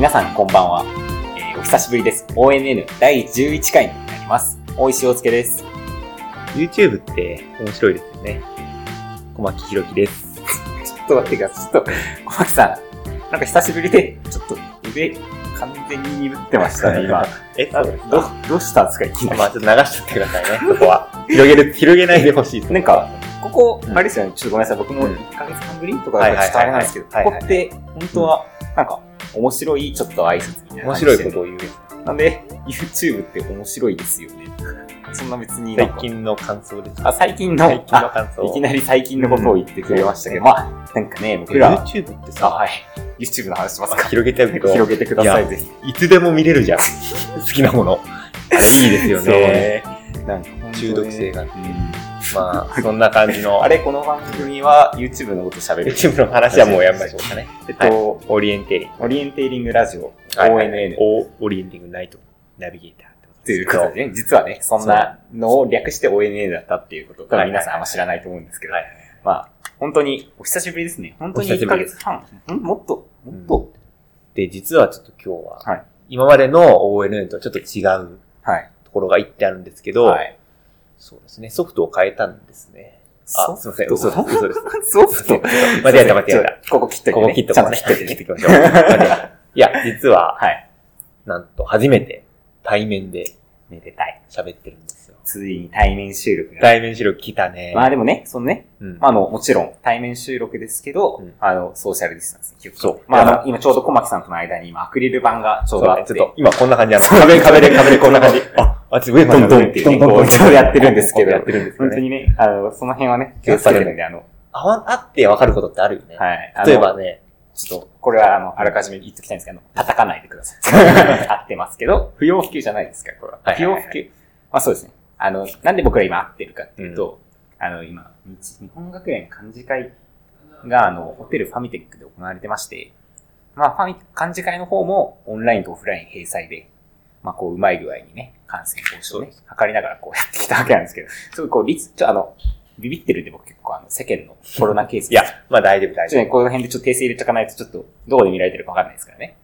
皆さんこんばんは。お久しぶりです。ONN 第11回になります。大石洋介です。 YouTube って面白いですよね。小牧ひろきです。 ちょっと待ってください。小牧さん、なんか久しぶりで、ちょっと腕、完全に鈍ってましたね、今。どうしたんですか、いきなり。 ちょっと流しちゃってくださいね、そこは。広げないでほしいです。 なんか、ここ、あれですよね、ちょっとごめんなさい、僕も1ヶ月半ぶりとかだとちょっとあれなんですけど、ここって、本当は、なんか、面白いちょっと挨拶みたいな。 面白いことを言う。 なんで、YouTube って面白いですよね。そんな別に最近の感想です。 最近の感想。いきなり最近のことを言ってくれましたけど、まあ、なんかね、僕ら。 YouTube ってさ、 はい。YouTube の話しますか？ 広げちゃうけど。 広げてください、ぜひ。いつでも見れるじゃん。好きなもの。あれいいですよね。 そうね。なんか中毒性が。まあ、そんな感じの。 あれ、この番組は YouTube のこと喋る。 YouTube の話はもうやめましょうかね。オリエンテーリング。 オリエンテーリングラジオ。ONN。 オリエンティングナイトナビゲーター。 ということでね、実はね、そんなのを略して ONN だったっていうことを皆さんあんま知らないと思うんですけど、まあ、本当にお久しぶりですね。本当に1ヶ月半。もっと。 で、実はちょっと今日は、今までの ONN とはちょっと違うところが言ってあるんですけど、そうですね、ソフトを変えたんですね。あ、すいません、嘘です。 ソフト間違えた。 ここ切っといて。 ここ切っとこうね。切っていきましょう。いや、実は、なんと初めて対面でめでたい喋ってるんですよ。 ついに対面収録が。 対面収録来たね。 まあでもね、もちろん対面収録ですけど、ソーシャルディスタンスに気をつけて。今ちょうど小牧さんとの間にアクリル板がちょうどあって。 ちょっと、今こんな感じ壁でこんな感じ。上までドンってね、こうやってるんですけど、本当にね、その辺はね、気をつけてるんで、 あって分かることってあるよね。 はい。 例えばね、 ちょっと、これはあらかじめ言っときたいんですけど、叩かないでください。合ってますけど、不要不急じゃないですから、これは。不要不急。まあそうですね。なんで僕ら今会ってるかっていうと、今、日本学園幹事会が、ホテルファミテックで行われてまして、まあ、幹事会の方もオンラインとオフライン閉鎖で、まあ、こう、うまい具合にね、感染防止をね、測りながらこうやってきたわけなんですけど、すごいこう、ビビってるんで僕結構世間のコロナケース。 いや、まあ大丈夫。 ちょっとね、この辺でちょっと訂正入れとかないとちょっと、どこで見られてるかわかんないですからね。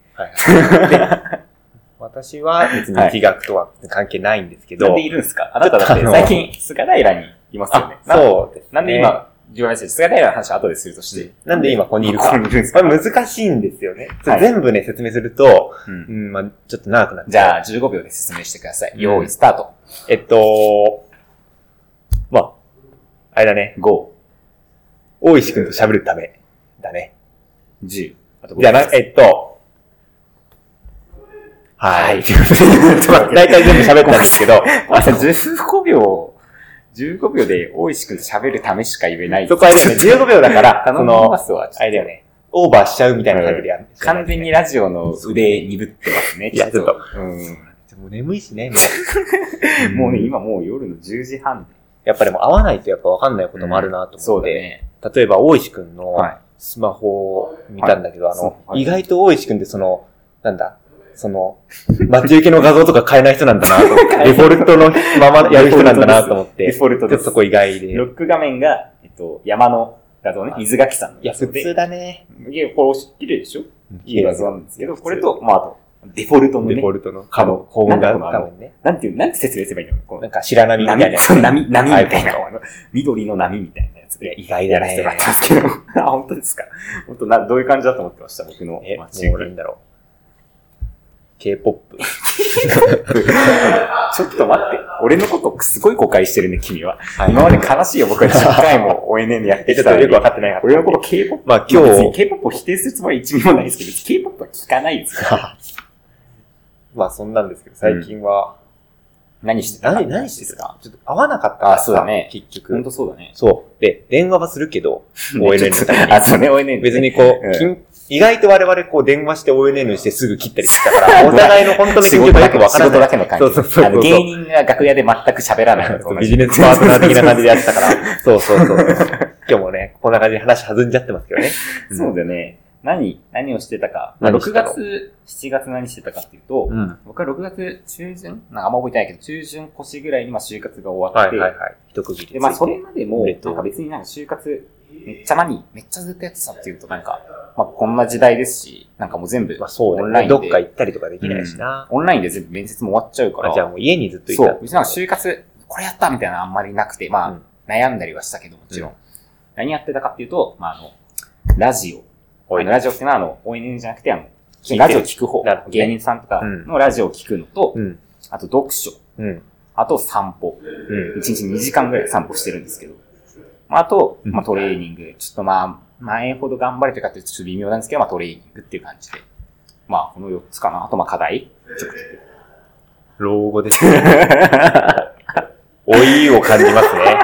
私は別に疫学とは関係ないんですけど。 なんでいるんですか？あなただって最近、菅平にいますよね。 そうです。 なんで今、菅平の話は後でするとして。 なんで今ここにいるか。これ難しいんですよね。全部ね、説明すると、まあちょっと長くなっちゃう。 じゃあ、15秒で説明してください。用意、スタート。 まあ、あれだね。 5。 大石くんと喋るためだね。 10。 じゃあ、はい。大体全部喋ったんですけど、 15秒で大石くんと喋るためしか言えない。 そこあれだよね。15秒だから、 あれだよね。オーバーしちゃうみたいな感じでやる。 完全にラジオの腕鈍ってますね。 いや、ちょっと。もう眠いしね。 もうね、今もう夜の10時半で。 やっぱりもう会わないとやっぱ分かんないこともあるなと思って。 そうだね。 例えば、大石くんのスマホを見たんだけど、意外と大石くんって待ち受けの画像とか変えない人なんだなと思って、デフォルトのままやる人なんだなと思って、 デフォルトです。 ちょっとそこ意外で。 ロック画面が、山の画像ね、水垣さんの。 いや、普通だね。 いや、これ、綺麗でしょ？いい画像なんですけど、これと、まあ、あと、デフォルトのね。 デフォルトのホーム画面ね。 なんて説明すればいいの？ なんか白波みたいな。 波みたいな。緑の波みたいなやつで。 意外だね。 やらせてもらってますけど。あ、本当ですか？本当どういう感じだと思ってました？僕の待ち受け。なんだろう。K-POP。 ちょっと待って。俺のことすごい誤解してるね、君は。今まで悲しいよ、僕は10回も ONN やってきたのに。 よくわかってないから。 俺のこと K-POP。まあ今日。K-POP を否定するつもり1ミリもないですけど、K-POP は聞かないですよ。 まあそんなんですけど、最近は。 何してたちょっと会わなかったから。 そうだね。 結局。 本当そうだね。 そう。で、電話はするけど、ONN のために。 あ、そうね、ONN。 別に意外と我々電話して ONN してすぐ切ったりしてたから、お互いの本当の緊急がよくわからない。 仕事だけの感じ。そう。芸人が楽屋で全く喋らない。 ビジネスパートナー的な感じでやってたから。そう。今日もね、こんな感じで話弾んじゃってますけどね。 そうだね。何をしてたか。6月、7月何してたかっていうと、僕は6月中旬あんま覚えてないけど、中旬腰ぐらいに就活が終わって、 一区切り。 で、まあそれまでも、なんか別に就活、めっちゃずっとやってたっていうとまあこんな時代ですし、なんかもう全部オンラインで、どっか行ったりとかできないしな。 オンラインで全部面接も終わっちゃうから。 じゃあもう家にずっといた。 そう。別になんか就活、これやったみたいなのあんまりなくて、まあ、悩んだりはしたけどもちろん。何やってたかっていうと、まあラジオ。ラジオってのはONN じゃなくてラジオ聞く方。芸人さんとかのラジオを聞くのと、あと読書。あと散歩。1日2時間ぐらい散歩してるんですけど。あと、まあトレーニング。ちょっとまあ、前ほど頑張れてるかっていうとちょっと微妙なんですけど、まあトレーニングっていう感じで。まあこの4つかな。あとまあ課題。 老後ですね。老いを感じますね。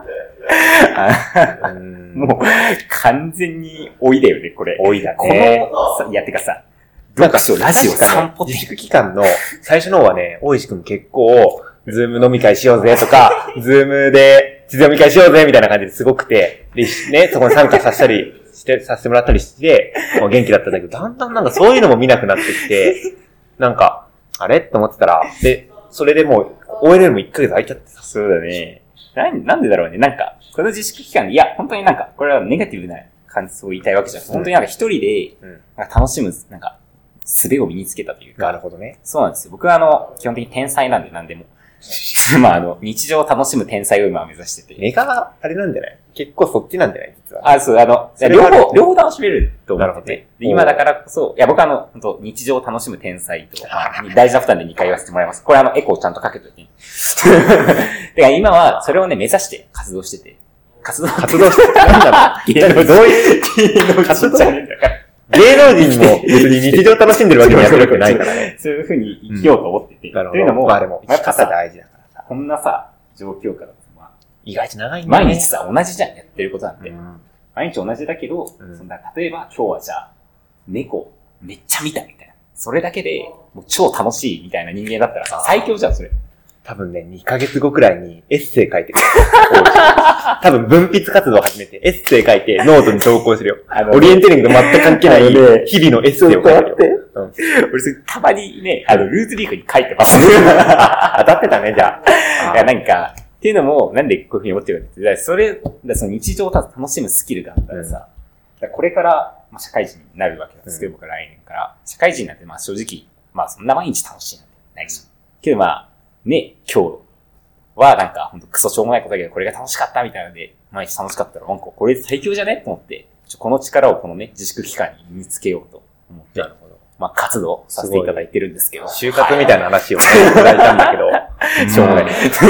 もう、完全に老いだよね、これ。 老いだね。 いや、てかさ、読書、ラジオ、散歩自粛期間の最初の方はね、大石くん結構、ズーム飲み会しようぜとか、ズームで地図読み会しようぜみたいな感じですごくて、で、ね、そこに参加させてもらったりして、元気だったんだけど、だんだんなんかそういうのも見なくなってきて、なんか、あれと思ってたら、で、それでもう、ONN も1ヶ月空いちゃってさ。 そうだね。なんでだろうね。なんか、この自粛期間で、いや、本当になんか、これはネガティブな感想を言いたいわけじゃなくて、本当になんか一人で、楽しむ、なんか、術を身につけたというか。 なるほどね。 そうなんですよ。僕は基本的に天才なんで、なんでも。まあ日常を楽しむ天才を今目指してて。 根があれなんじゃない結構そっちなんじゃない実は。 あ、そう、両方楽しめると思ってて。今だからこそ、いや、僕本当日常を楽しむ天才と、大事な負担で2回言わせてもらいます。これエコーちゃんとかけといて。てか今は、それをね、目指して活動してて。活動してなんだろうどういう芸能活動じゃねえんだから。 芸能人も別に日常楽しんでるわけにやってるわけないからね。 そういう風に生きようと思ってて。 なるほど。 というのも、 まあでも、生き方大事だからさ。 こんなさ、状況から意外と長いんだね。 毎日さ、同じじゃん、やってることなんて。毎日同じだけど、例えば今日はじゃあ、猫めっちゃ見たみたいな。それだけで、もう超楽しいみたいな人間だったらさ、最強じゃん、それ。 多分ね、2ヶ月後くらいにエッセイ書いてる。多分分泌活動を始めて、エッセイ書いてノートに投稿するよ。オリエンテリングと全く関係ない日々のエッセイを書いてるよ。 俺それたまにね、ルーズリークに書いてます。 当たってたね、じゃあ。 いや、なんか、っていうのも、なんでこういうふうに思ってるかって、その日常を楽しむスキルがあったらさ、これから、社会人になるわけなんですけど、僕は来年から。社会人なんて正直、そんな毎日楽しいなんてないし。けどね、今日はなんかほんとクソしょうもないことだけど、これが楽しかったみたいなので、毎日楽しかったら、なんかこれ最強じゃねと思って、この力をこのね、自粛期間に身につけようと思って、 なるほど。 活動させていただいてるんですけど。 就活みたいな話をね、いただいたんだけど、しょうもない。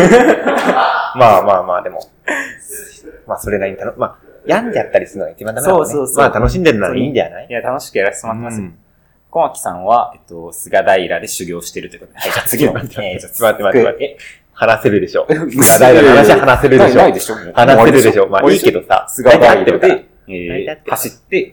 まあ、でも、それなりに病んじゃったりするのが一番ダメだね。そう。楽しんでるならいいんじゃない？ いや、楽しくやらせてもらってます。小牧さんは、菅平で修行してるということで。はい、じゃあ次の。 待って。話せるでしょ。菅平の話は話せるでしょ。 ないでしょ。 話せるでしょ。いいけどさ、 菅平で、走って、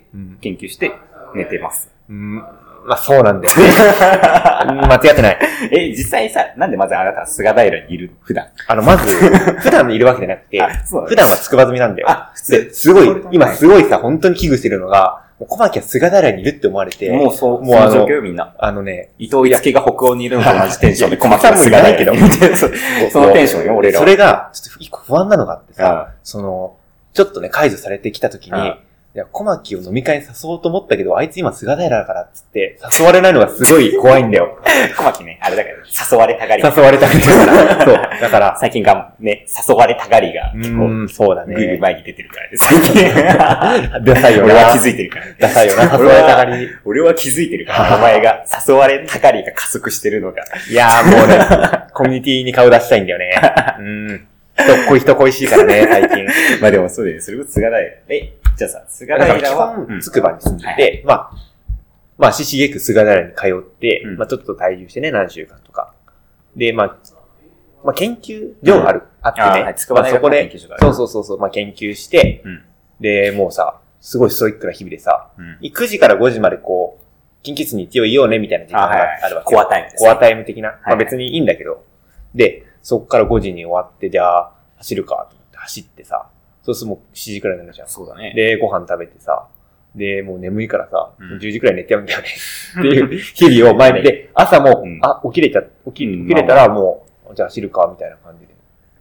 研究して、寝てます。 そうなんだよね。間違ってない。 実際さ、なんでまずあなたは菅平にいる普段。 まず、普段いるわけじゃなくて、普段は筑波済みなんだよ。すごい、今すごいさ、本当に危惧してるのが、小牧は菅平にいるって思われて、 もうその状況みんな。伊藤伊助が北欧にいるのと同じテンションで小牧は菅平にいる。そのテンションよ、俺らは。 それが、ちょっと一個不安なのがあってさ、ちょっとね、解除されてきた時に、いや、小牧を飲み会に誘おうと思ったけど、あいつ今菅平だからっつって、誘われないのがすごい怖いんだよ。 小牧ね、あれだから誘われたがり。 誘われたがりだから。そう。だから。 最近がね、誘われたがりが結構、 そうだね。 ぐいぐい前に出てるからね、最近。 ダサいよな。 俺は気づいてるから。 ダサいよな、誘われたがり。 俺は気づいてるから、お前が誘われたがりが加速してるのが。 いやーもうね、コミュニティに顔出したいんだよね。人恋しいからね、最近。 でもそうだよね。それこそ菅平。じゃあさ、菅平は。 基本、筑波に住んでて、足しげく菅平に通って、ちょっと退住してね、何週間とか。で、研究所があってね。 筑波大学の研究所がある。 そう、研究して、で、もうさ、すごいストイックな日々でさ、9時から5時まで研究室に一応いようね、みたいな時間があるわけ。 コアタイムです。 コアタイム的な。別にいいんだけど。で、そっから5時に終わって、じゃあ、走るか、と思って走ってさ、そうするともう7時くらいになるじゃん。 そうだね。 で、ご飯食べてさ、で、もう眠いからさ、10時くらい寝てやるんだよね。っていう日々を前にで、朝も、起きれたらもう、じゃあ走るか、みたいな感じで。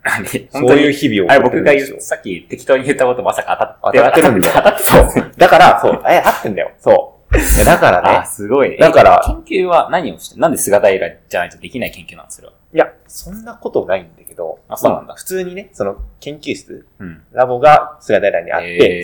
そういう日々を。 あれ僕がさっき適当に言ったことまさか当たってるんだよ。 当たってそう。 だから、そう。合ってんだよ。そう。だからね。 すごいね。 だから。 研究は何をしてなんで菅平じゃないとできない研究なんですか？ いや、そんなことないんだけど。 そうなんだ。 普通にね、その研究室、ラボが菅平にあって、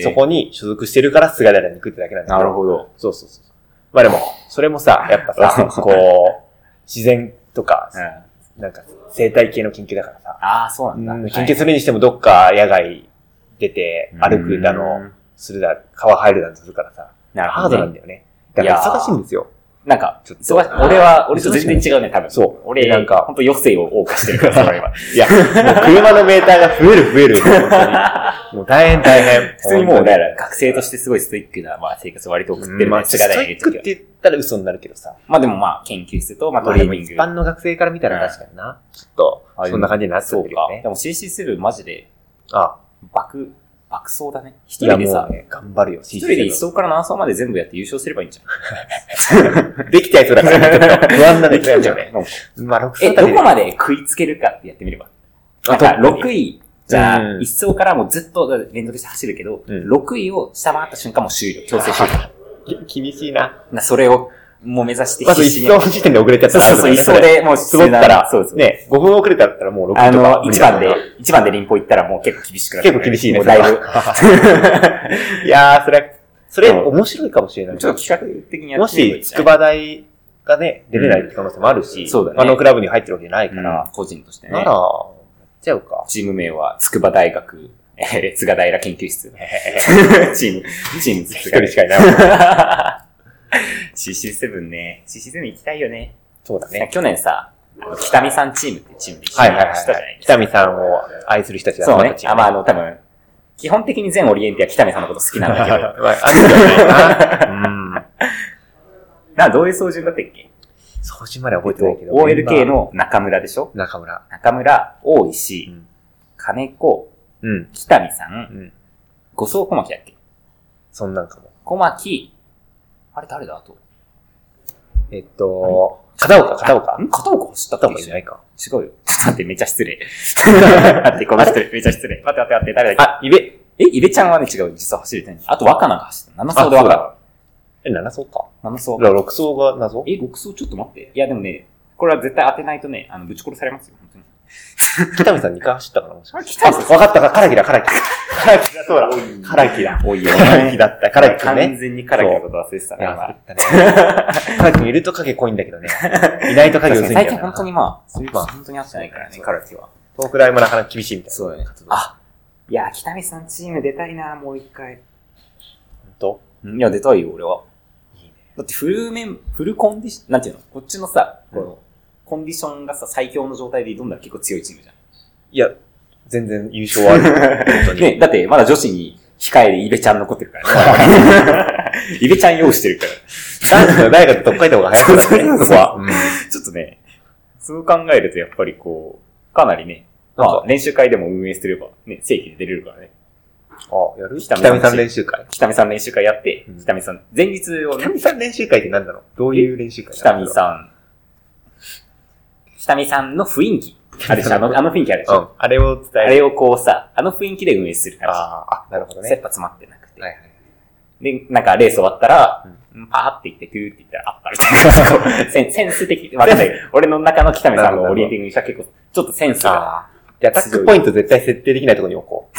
そこに所属してるから菅平に行くってだけなんだけど。 なるほど。 そう。まあでも、それもさ、やっぱさ、こう、自然とか、なんか生態系の研究だからさ。 そうなんだ。 研究するにしてもどっか野外出て歩くだの、するだ、川入るだのするからさ。ハードなんだよね。だから忙しいんですよ。 なんか、俺と全然違うね、多分。 そう。 俺、なんか、ほんと余生を謳歌してるから、それは。 いや、もう車のメーターが増える。本当に。もう大変。 普通にもう、だから学生としてすごいストイックな、生活を割と送ってる。 ストイックって言ったら嘘になるけどさ。 でも研究室と、トレーニング。 一般の学生から見たら確かにな。ちょっと、そんな感じになってるよね。 でも CC7 マジで、爆走だね。 一人でさ、頑張るよ。 一人で1層から7層まで全部やって優勝すればいいんじゃん。 できちゃいそうだから、不安なんだけどね。 どこまで食いつけるかってやってみれば。なんか、6位、じゃあ、1層からもうずっと連続して走るけど、6位を下回った瞬間もう終了。強制終了。 厳しいな。 それを、もう目指してまず1層時点で遅れちゃったら。 そう、1層でもう絞ったら、ね、5分遅れたらもう6位とか。 1番で臨歩行ったらもう結構厳しくなる。 結構厳しいね。 もうだいぶ。 いやー、それ面白いかもしれない。 ちょっと企画的にやってみる。もし、筑波大がね、出れないって可能性もあるし、 そうだね。 クラブに入ってるわけじゃないから、 個人としてね。 なら、やっちゃうか。 チーム名は、筑波大学、菅平研究室。チーム一人しかいない。 CC7 ね。CC7 行きたいよね。 そうだね。 去年さ、北見さんチームっていうチームで一緒にしたじゃないですか。 北見さんを愛する人たちが集まったチーム。そうね。多分、基本的に全オリエンティは北見さんのこと好きなんだけど。どういう操縦だったっけ？ 操縦まで覚えてないけど。 OLK の中村でしょ？ 中村、 大石、金子、北見さん、五層小牧だっけ？ そんなんかも。 小牧、あれ誰だあと。 片岡片岡走った片岡いないか。 違うよ。ちょっと待って、めちゃ失礼。待って、この人、めちゃ失礼。待って、誰だっけ？イベちゃんはね、違う。実は走れてない。あと、若菜が走った。7層で若菜。 7層か。 7層。 6層が謎 ？6層ちょっと待って。いや、でもね、これは絶対当てないとね、ぶち殺されますよ、本当に。 北見さん2回走ったかな？ 北見さん。 わかったか、唐木だ、そうだ。唐木だ。 おいよ。 唐木だった、唐木ね。 完全に唐木のこと忘れてたね。 唐木いると影濃いんだけどね。いないと影薄いんだよ。 最近本当に本当に会ってないからね、唐木は。 トークライもなかなか厳しいみたいな。 そうだね。いや、北見さんチーム出たいな、もう一回。 本当？ いや、出たいよ、俺は。いいね。だってフルコンディション、なんていうの？こっちのさ、コンディションがさ、最強の状態で挑んだら結構強いチームじゃん。 いや、全然優勝ある。本当に。 ね、だってまだ女子に控えでイベちゃん残ってるからね。イベちゃん用意してるから。 男子の誰かと特会とかが早くなってね、そこは。 ちょっとね、そう考えるとやっぱりかなりね、練習会でも運営すればね、正規で出れるからね。 やる？北見さん練習会。 北見さん練習会やって、北見さん、前日をね。 北見さん練習会って何だろう？どういう練習会？ 北見さんの雰囲気。あるでしょ、あの雰囲気あるでしょ。 あれを伝える。 あれをあの雰囲気で運営する感じ。なるほどね。 切羽詰まってなくて。で、なんかレース終わったら、パーって言って、トゥーって言ったらあったみたいな。センス的。わかんない。俺の中の北見さんのオリエンティングにしたら結構、ちょっとセンスが。 じゃあタックポイント絶対設定できないところに置こう。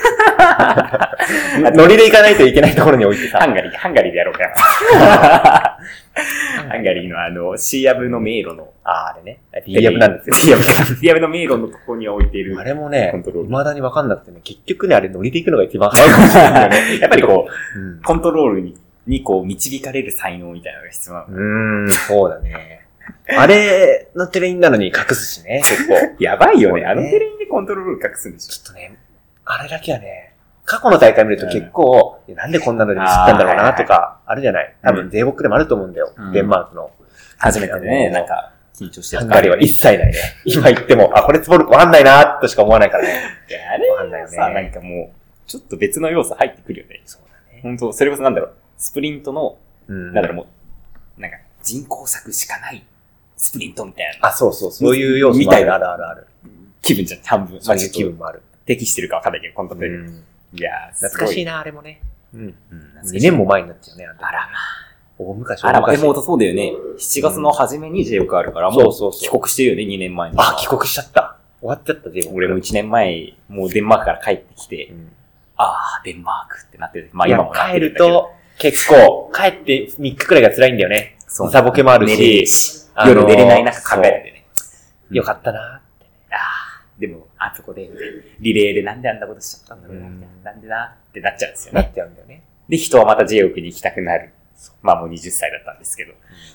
ノリで行かないといけないところに置いてさ。 ハンガリーでやろうかな。ハンガリーのシーアブの迷路の。 あれね。リアブなんですよ。 リアブの迷路のところに置いている。 あれもね、未だにわかんなくてね、結局ね、あれノリで行くのが一番早いかもしれないよね。 やっぱりコントロールに導かれる才能みたいなのが必要なの。そうだね。あれのテレインなのに隠すしね、結構。 やばいよね。あのテレインでコントロール隠すんでしょ。 ちょっとね、あれだけはね、過去の大会見ると結構、なんでこんなのでミスったんだろうなとか、あるじゃない。多分、税木でもあると思うんだよ。デンマークの。 初めてね、なんか、緊張してる。 ハンガリーは一切ないね。今言っても、これ積もるわかんないなとしか思わないからね。 あれはさ、なんかもう、ちょっと別の要素入ってくるよね。 そうだね。 本当それこそなんだろう、スプリントの、なんだろう、もう、なんか、人工作しかないスプリントみたいな。 そういう要素もある。ある。 気分じゃん、半分。 そういう気分もある。 適してるかわかんないけど、この時。いやー、 懐かしいな、あれもね。2年も前になっちゃうね、 あら。 大昔あら、でもそうだよね。7月の初めに J-WORK あるから、もう帰国してるよね、2年前に。 あ、帰国しちゃった。終わっちゃった、 J-WORK。俺も1年前、もうデンマークから帰ってきて、デンマークってなってる。まあ今もなってるんだけど。帰ると、 結構、帰って3日くらいが辛いんだよね。時差ボケもあるし。 夜寝れない中考えてね。 よかったなってね。 でも、あそこで、リレーでなんであんなことしちゃったんだろうな、なんでなってなっちゃうんですよね。 なっちゃうんだよね。 で、人はまた J-WORK に行きたくなる。まあもう20歳だったんですけど。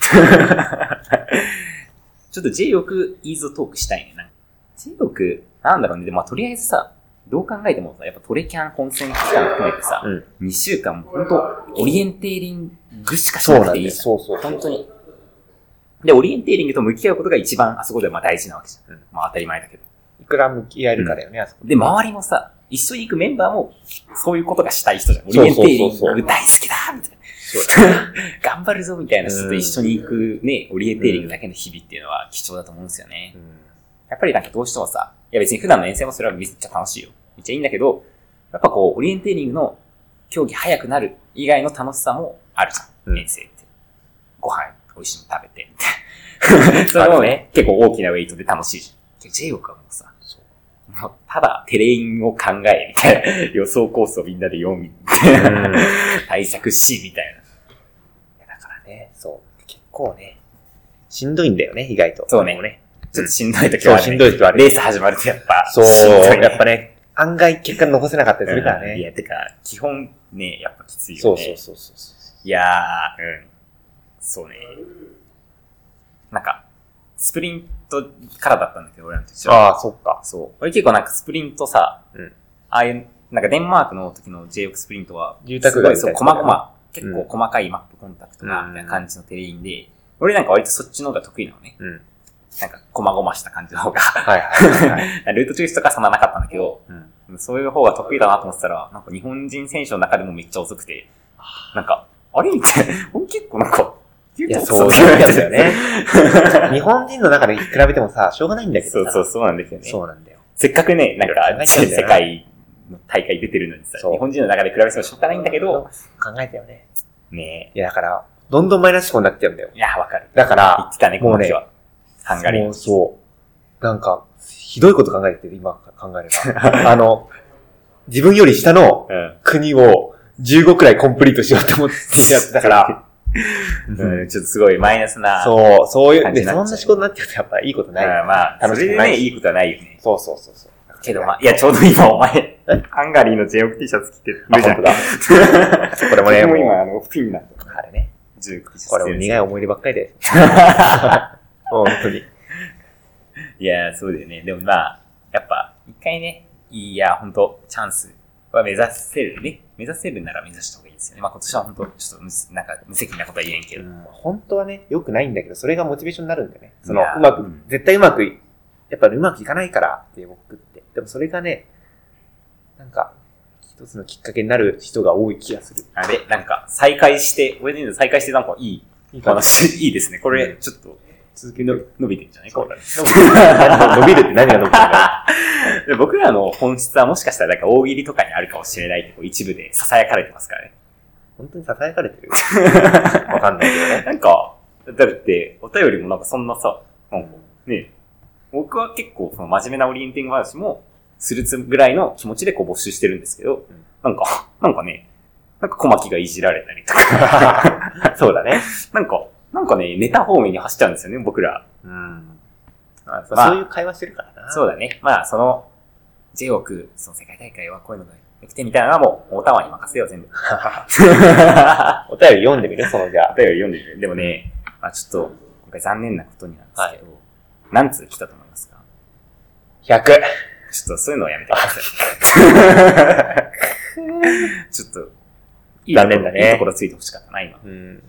ちょっと J-WORK イーズトークしたいね。J-WORK、なんだろうね。でもとりあえずさ、どう考えてもさ、やっぱトレキャン本戦期間含めてさ、2週間も本当オリエンテーリングしかしなくていい。 そう。 本当に。で、オリエンテーリングと向き合うことが一番あそこではまあ大事なわけじゃん。まあ当たり前だけど。 いくら向き合えるからよね、あそこ。 で、周りもさ、一緒に行くメンバーも、そういうことがしたい人じゃん。オリエンテーリング大好きだみたいな。頑張るぞみたいな人と一緒に行くね、オリエンテーリングだけの日々っていうのは貴重だと思うんですよね。やっぱりなんかどうしてもさ、いや別に普段の遠征もそれはめっちゃ楽しいよ。めっちゃいいんだけど、やっぱこう、オリエンテーリングの競技早くなる以外の楽しさもあるじゃん。遠征って。ご飯美味しいの食べて、みたいな。それもね、結構大きなウェイトで楽しいじゃん。J-WORK はもうさ、もうただテレインを考え、みたいな。予想コースをみんなで読み、対策し、みたいな。 だからね、そう。結構ね、しんどいんだよね、意外と。 そうね。ちょっとしんどい時はね。 しんどい時はレース始まるとやっぱ。 そう、やっぱね、案外結果残せなかったりするからね。 いや、てか、基本ね、やっぱきついよね。 そう。 いやー、そうね。なんか、スプリントからだったんだけど、俺らの時は。そっか。 そう。俺結構なんかスプリントさ、ああいう、なんかデンマークの時の J-WORK スプリントは、 住宅街みたいな。 そう、細々、結構細かいマップコンタクトな、みたいな感じのテレインで、俺なんか割とそっちの方が得意なのね。なんか、細々した感じの方が。ルートチョイスとかそんななかったんだけど、そういう方が得意だなと思ってたら、なんか日本人選手の中でもめっちゃ遅くて、なんか、あれみたいな。俺結構なんか、 いや、そうなんだよね。日本人の中で比べてもさ、しょうがないんだけどさ。 そうなんですよね。 そうなんだよ。 せっかくね、なんか、世界の大会出てるのにさ、日本人の中で比べてもしょうがないんだけど、 考えたよね。 ねえ。いや、だから、どんどんマイナス思考になっちゃうんだよ。 いや、わかる。 だから、 言ってたね、もうね、ハンガリー。 そう。なんか、ひどいこと考えてて、今考えれば。自分より下の国を15くらいコンプリートしようと思ってやってたから、 ちょっとすごいマイナスな。 そういう、で、そんな仕事になっちゃうとやっぱいいことない。 まあ、それでね、いいことはないよね。 そう。 けどまあ、いや、ちょうど今お前、ハンガリーの J-WORK T シャツ着てるじゃん。 これもね、 もう今、フィンランド。 あれね。これも苦い思い出ばっかりで。本当に。 いや、そうだよね。でもまあ、やっぱ、一回ね、いや、本当チャンスは目指せるね。目指せるなら目指した方がいいですよね。まあ今年は本当ちょっとなんか無責任なことは言えんけど。 本当はね、良くないんだけど、それがモチベーションになるんだよね。うまく、絶対うまく、やっぱりうまくいかないからって僕って。でもそれがね、なんか、一つのきっかけになる人が多い気がする。 あれ、なんか、再開して、俺で再開してなんかいい話、いいですね。これ、ちょっと、続き伸びてんじゃないこれ。 伸びるって何が伸びてるか僕らの本質はもしかしたらなんか大喜利とかにあるかもしれないって一部で囁かれてますからね。 本当に囁かれてるわかんないけどね。 なんか、だってお便りもなんかそんなさ、ね、僕は結構その真面目なオリエンティング話もするぐらいの気持ちでこう募集してるんですけど、なんかね、なんか小牧がいじられたりとか。 そうだね。 なんかね、ネタ方面に走っちゃうんですよね、僕ら。 そういう会話してるからな。 そうだね。まあ、その、J-WORK、その世界大会はこういうのが良くてみたいなのはもう、おたわに任せよう、全部。 お便り読んでみるお便り読んでみる。でもね、まあちょっと、今回残念なことになんですけど、何通来たと思いますか ?100。 ちょっとそういうのをやめてください。ちょっと、 残念だね。 いいところついてほしかったな、今。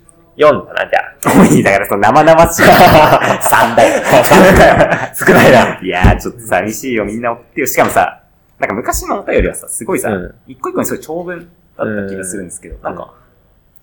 4だな、じゃあ。いい、だからその生々しい。3だよ。 少ないな。 いやー、ちょっと寂しいよ、みんな送ってよ。しかもさ、なんか昔のお便りはさ、すごいさ、一個一個にすごい長文だった気がするんですけど、なんか、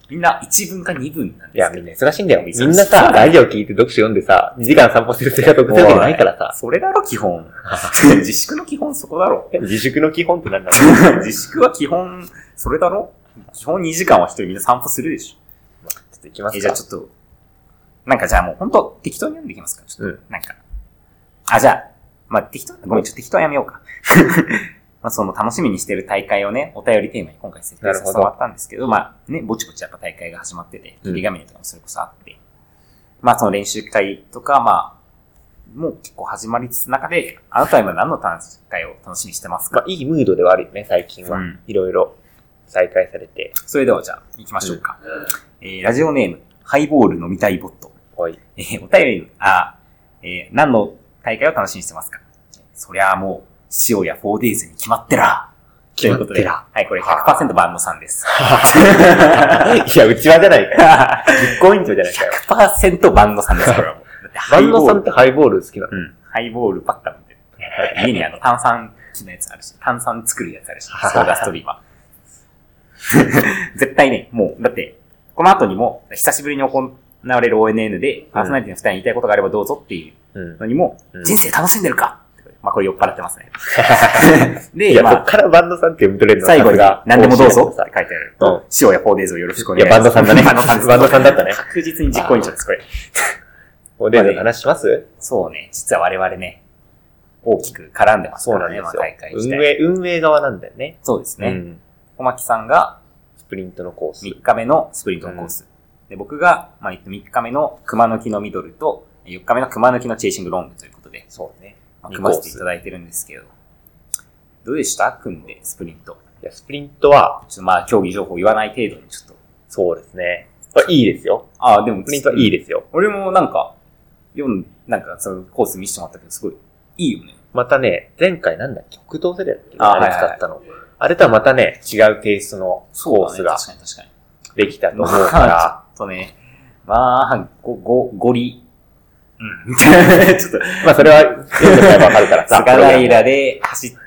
みんな1分か2分なんですよ。 いや、みんな忙しいんだよ。みんなさ、ラジオ聞いて読書読んでさ、2時間散歩してる生活送ってるわけないからさ。 それだろ、基本。自粛の基本そこだろ。 自粛の基本ってなんだろう。自粛は基本、それだろ。基本2時間は一人みんな散歩するでしょ。 まあ、ちょっと行きますか。 じゃあちょっと、なんかじゃあもうほんと適当に読んでいきますか。ちょっと、なんか。じゃあ、まあ適当、ごめん、ちょっと適当はやめようか。まあその楽しみにしてる大会をね、お便りテーマに今回設定させてもらったんですけど、まあね、ぼちぼちやっぱ大会が始まってて、切り画面とかもそれこそあって、まあその練習会とか、まあ、もう結構始まりつつ中で、あなたは今何の大会を楽しみにしてますか？ まあいいムードではあるよね、最近は。いろいろ再開されて。 それではじゃあ、行きましょうか。ラジオネーム、ハイボール飲みたいボット。 はい。 お便り、何の大会を楽しみにしてますか？そりゃあもう、塩や 4days に決まってら。ということで。はい、これ 100% バンドさんです。 いや、うちわじゃないかよ。実行委員長じゃないかよ。 100% バンドさんです、これはもう。 バンドさんってハイボール好きなの？ ハイボールばっか飲んでる。家に炭酸機のやつあるし、炭酸作るやつあるし、ソーダストリーマー。絶対ね、もう、だって、この後にも、久しぶりに行われる ONN で、パーソナリティの2人に言いたいことがあればどうぞっていうのにも、人生楽しんでるか？まあこれ酔っ払ってますね。 で、いや、こっからバンドさんって読み取れるの最後に何でもどうぞって書いてある。塩や 4days をよろしくお願いします。 いや、バンドさんだね。バンドさんだったね。 確実に実行委員長です、これ。 4days の話します？ そうね。実は我々ね、大きく絡んでますからね、まあ大会自体。 運営側なんだよね。 そうですね。小牧さんが、 スプリントのコース。 3日目のスプリントのコース。で、僕が、まあ3日目の熊抜きのミドルと、4日目の熊抜きのチェイシングロングということで。 そうね。 組ませていただいてるんですけど。どうでした組んで、スプリント。 いや、スプリントは、 ちょっとまあ、競技情報言わない程度にちょっと。 そうですね。いいですよ。でも、スプリントはいいですよ。 俺もなんか、なんか、そのコース見せてもらったけど、すごい、いいよね。 またね、前回なんだっけ、北東セレだっけあれ使ったの。あれとはまたね、違うテイストのコースが、できたと思うから。 ちょっとね、まあ、ゴリ、ちょっと。 まあそれは、読んでもらえばわかるからさ。 菅平で走った、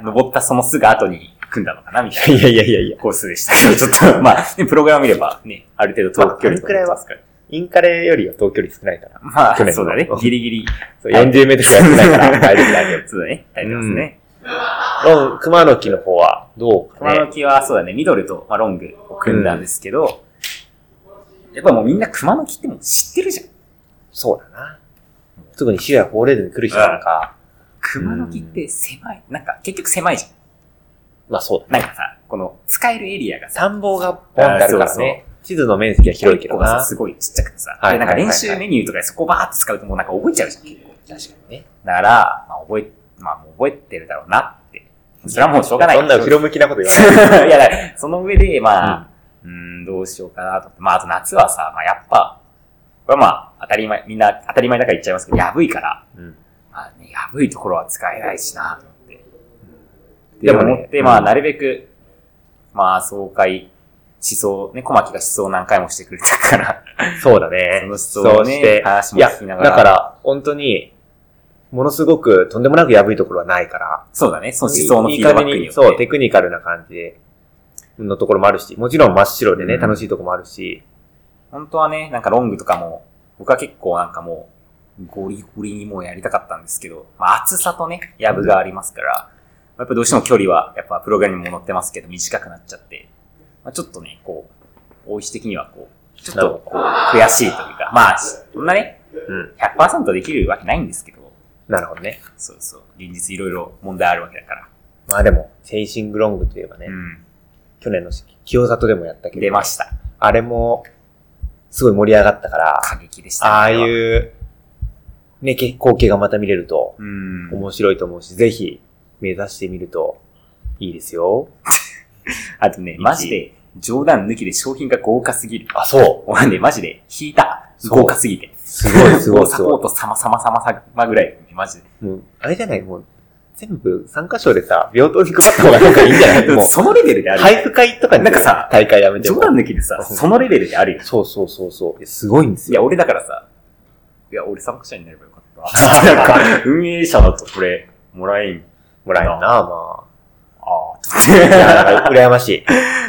登ったそのすぐ後に組んだのかなみたいな。 いや。 コースでしたけど、ちょっと、まあ、プログラム見ればね、ある程度遠距離とかですから。 インカレよりは遠距離少ないから。 まあ、そうだね。ギリギリ。 40メートルしかやってないから、大丈夫大丈夫。 そうだね。大丈夫ですね。 熊の木の方はどうかね。 熊の木はそうだね、ミドルとロングを組んだんですけど、やっぱもうみんな熊の木ってもう知ってるじゃん。 そうだな。特に塩や4daysに来る人なんか。 熊の木って狭い。なんか結局狭いじゃん。 まあそうだ。なんかさ、この使えるエリアがさ、 田んぼがポンってあるからね。地図の面積が広いけどな。 すごいちっちゃくてさ。で、なんか練習メニューとかでそこバーって使うともうなんか覚えちゃうじゃん、結構。 確かにね。 だから、まあもう覚えてるだろうなって。それはもうしょうがない。 そんな後ろ向きなこと言わない。 いや、その上で、まあ、どうしようかなと思って。まあ、あと夏はさ、まあやっぱ、これはまあ、みんな当たり前だから言っちゃいますけど、やぶいから、まあね、やぶいところは使えないしなと思って。でも思って、まあ、なるべく、まあ、爽快、思想、ね、小牧が思想何回もしてくれたから。 そうだね。 その思想をね、話も聞きながら。 だから、本当に、ものすごくとんでもなくやぶいところはないから。 そうだね、その思想のフィードバックによって。 そう、テクニカルな感じで、のところもあるし、もちろん真っ白でね、楽しいところもあるし。 本当はね、なんかロングとかも、僕は結構なんかもう、ゴリゴリにもうやりたかったんですけど、まあ厚さとね、やぶがありますから、やっぱどうしても距離は、やっぱプログラムにも載ってますけど、短くなっちゃって、まあ、ちょっとね、こう、大石的にはこう、ちょっとこう、悔しいというか、まあ、そんなね、100% できるわけないんですけど。 なるほどね。 そうそう。現実いろいろ問題あるわけだから。 まあでも、チェイシングロングといえばね、去年の清里でもやったけど、 出ました。 あれも、すごい盛り上がったから、 過激でしたね。 ああいう、ね、光景がまた見れると、面白いと思うし、ぜひ、目指してみると、いいですよ。 あとね、マジで、冗談抜きで商品が豪華すぎる。 あ、そう。 俺ね、マジで、引いた。豪華すぎて。 すごいすごい。 サポート様ぐらい、マジで。 もう、あれじゃないもう、全部参加賞でさ、平等に配った方がなんかいいんじゃないもうそのレベルである。 配布会とかになんかさ、 大会やめて冗談抜きでさ、そのレベルであるよ。 そう。すごいんですよ。 いや、俺だからさ、俺参加者になればよかった。なんか、運営者だとこれ、もらえんな、まあ。 ああ、 いや、なんか、羨ましい。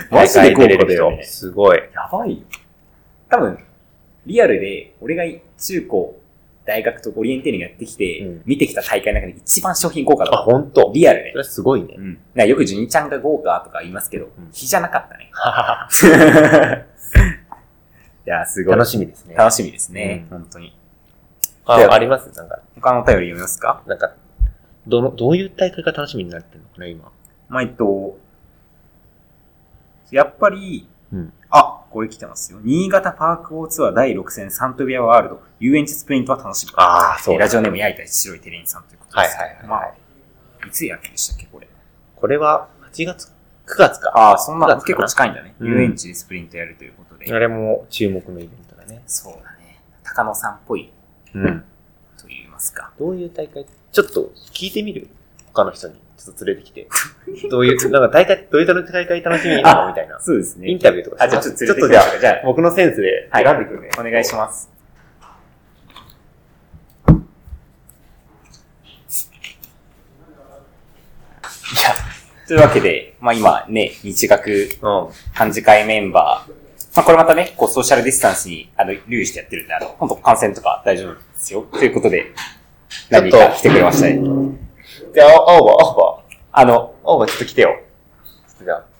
マジで豪華だよね。 すごい。 やばいよ。多分、リアルで、俺が中高、大学とオリエンテーリングやってきて、見てきた大会の中で一番商品豪華だった。 あ、ほんと？ リアルね。 それすごいね。 よくジュニちゃんが豪華とか言いますけど、日じゃなかったね。いや、すごい。 楽しみですね。 楽しみですね。本当に。 ありますなんか。 他のお便り読みますか？ なんか、どういう大会が楽しみになってるのかな、今。 やっぱり、これ来てますよ。新潟パークオーツアー第6戦サントビアワールド遊園地スプリントは楽しみ。そう。ラジオネーム焼いた白いテレインさんということです。いつやるんでしたっけ、これ。 これは8月、9月か。 そんな結構近いんだね。遊園地でスプリントやるということで。 あれも注目のイベントだね。 そうだね。高野さんっぽい。と言いますか。 どういう大会？ちょっと聞いてみる？他の人に。ちょっと連れてきて。どういう大会楽しみなのみたいな。 そうですね。 インタビューとかじゃあちょっとじゃあ僕のセンスで選んでくるね。 お願いします。というわけで、今ね、日学漢字会メンバー、これまたね、ソーシャルディスタンスに、留意してやってるんで、本当感染とか大丈夫ですよ。ということで、何か来てくれましたね。 じゃあ、青葉。青葉ちょっと来てよ。じゃあ。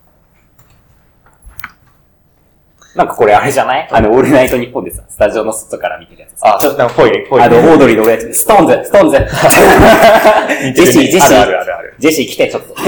なんかこれあれじゃない？オールナイトニッポンでさ、スタジオの外から見てるやつ。 ちょっとぽいね。 オードリーのやつ。ストーンズジェシー来て、ちょっと。こ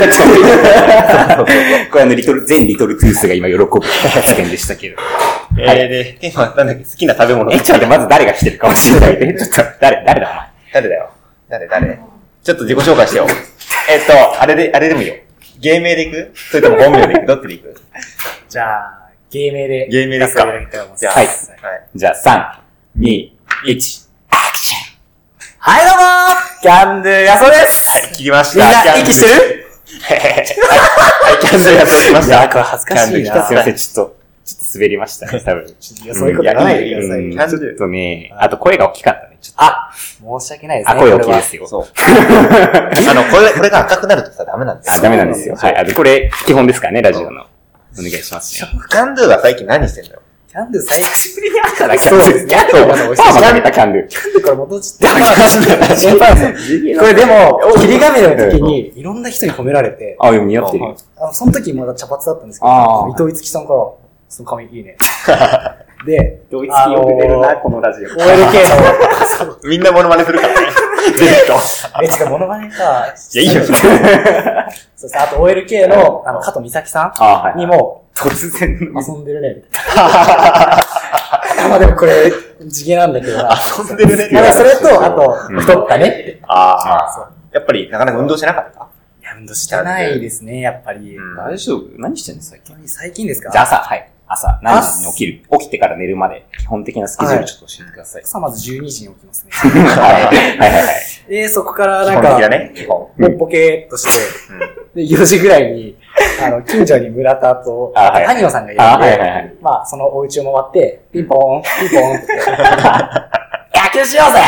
れ全リトルトゥースが今喜ぶ発言でしたけど。 で、テーマなんだっけ、好きな食べ物。 ちょっと待って、まず誰が来てるかもしれない。ちょっと、誰だお前。 誰だよ。誰ちょっと自己紹介してよ。あれでもいいよ。芸名でいく？それとも本名でいく？どっちでいく？ じゃあ、芸名で。 芸名ですか？ じゃあ、はい。じゃあ、3、2、1、アクション。 はい、どうもーキャンドゥヤソです。 はい、切りました。 みんな息してる？ はい、キャンドゥヤソ来ました。 いや、これ恥ずかしいな。すいません、ちょっと滑りましたね、多分。 いや、そういうこと言わないでください。 ちょっとね、あと声が大きかったね。 申し訳ないですね。 声大きいですよ。 そう。これが赤くなるとさ、ダメなんですよ。 ダメなんですよ。はい。これ、基本ですからね、ラジオの。お願いしますね。 キャンドゥは最近何してんのよ？ キャンドゥ最久しぶりに会ったら、 キャンドゥ。 キャンドゥこれ元ちって。これでも、切り紙の時に、いろんな人に褒められて。 似合ってるよ。 その時まだ茶髪だったんですけど、伊藤五木さんから、その髪いいね。で、 伊藤五木よく出るな、このラジオ。 OLK の。 みんなモノマネするからね。 ちょっとモノマネか。 いや、いいよ。 そうさ、あと OLK の、加藤美咲さんにも、 突然遊んでるね、みたいな。まあでもこれ、地毛なんだけどな。 遊んでるね。 それと、あと、太ったねって。 やっぱり、なかなか運動してなかった？ いや、運動してないですね、やっぱり。 大丈夫？何してんの最近？ 最近ですか？ じゃあ朝、何時に起きてから寝るまで、基本的なスケジュールちょっと教えてください。 朝まず12時に起きますね。 はい。 で、そこからなんか、ポケーっとして、で、4時ぐらいに、近所に村田と、谷野さんがいるんで、まあ、そのお家を回って、ピンポーンって、野球しようぜ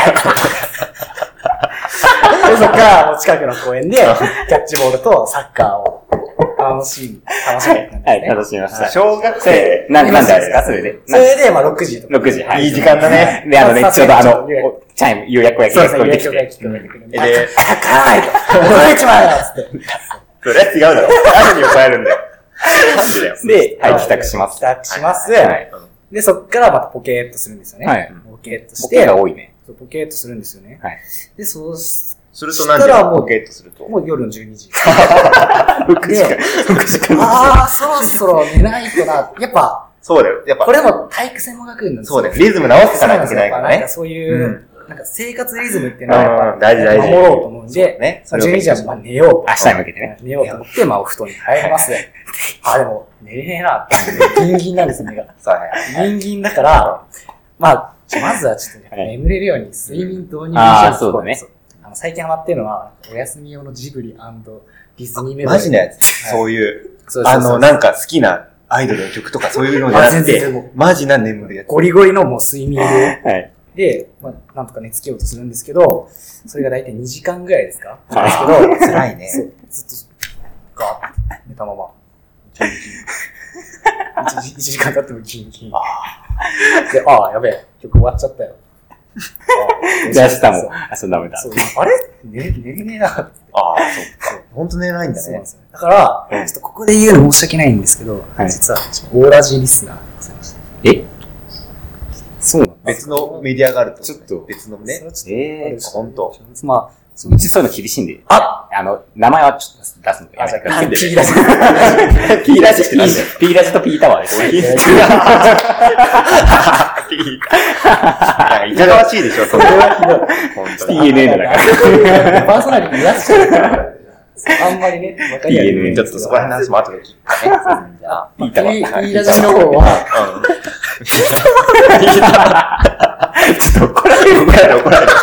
で、そこから近くの公園で、キャッチボールとサッカーを楽しみはい、楽しみました。 小学生、 なんであれですかそれで。 それで、まあ、6時とか。 6時、はい。 いい時間だね。 で、ちょうどチャイム、夕焼けが聞こえてきて。 で、高いと。驚いちまうよつって。 それは違うだろ。何に怒られるんだよ。なんでだよ。 で、はい、帰宅します。 帰宅します。で、そっからまたポケーっとするんですよね。 はい。 ポケーっとして。 ポケが多いね。 ポケーっとするんですよね。 はい。 で、そうすると何時からポケーっとするともう夜の12時。 6時間。 そろそろ寝ないとな。やっぱ、 そうだよ。やっぱ。 これも体育専門学園なんですよ。 そうだよ。リズム直していかないといけないからね。 そういう、なんか生活リズムっていうのはやっぱ、 大事。 守ろうと思うんで、12時はまあ寝ようと。 明日に向けてね。 寝ようと思って、まあお布団に入りますね。でも、寝れねえなって。ギンギンなんです、目が。ギンギンだから、まあ、まずはちょっと眠れるように睡眠導入そうだね。 最近ハマってるのは、お休み用のジブリ&ディズニーメドレー。 マジのやつ。そういう、なんか好きなアイドルの曲とかそういうのじゃなくて、マジな眠るやつ。 ゴリゴリのもう睡眠で、まあ、なんとか寝つけようとするんですけど、それが大体2時間ぐらいですかですけど、 辛いね。 ずっと、ガーッ寝たまま、 1時間経ってもキンキン。で、やべえ、曲終わっちゃったよ。 じゃあ明日も、ダメだ。 あれ寝れねえな。そう。 ほんと寝れないんだね。 そうなんですよ。だから、ちょっとここで言うの申し訳ないんですけど、実は、オーラジリスナーでございました。 そうなの？ 別のメディアがあると。 ちょっと。 別のね。 ほんと。 まあ、うちそういうの厳しいんで。名前はちょっと出すのやめてください。 P ラジ。 P ラジしてなんで P ラジと P タワーですね。 いかがわしいでしょ、それはひどい。TNN だから。 パーソナリティいらっしゃるから。あんまりね、わかりやすい。 ちょっとそこら辺の話も後で聞くね。 じゃあ、P ラジの方は、 ちょっと怒られる。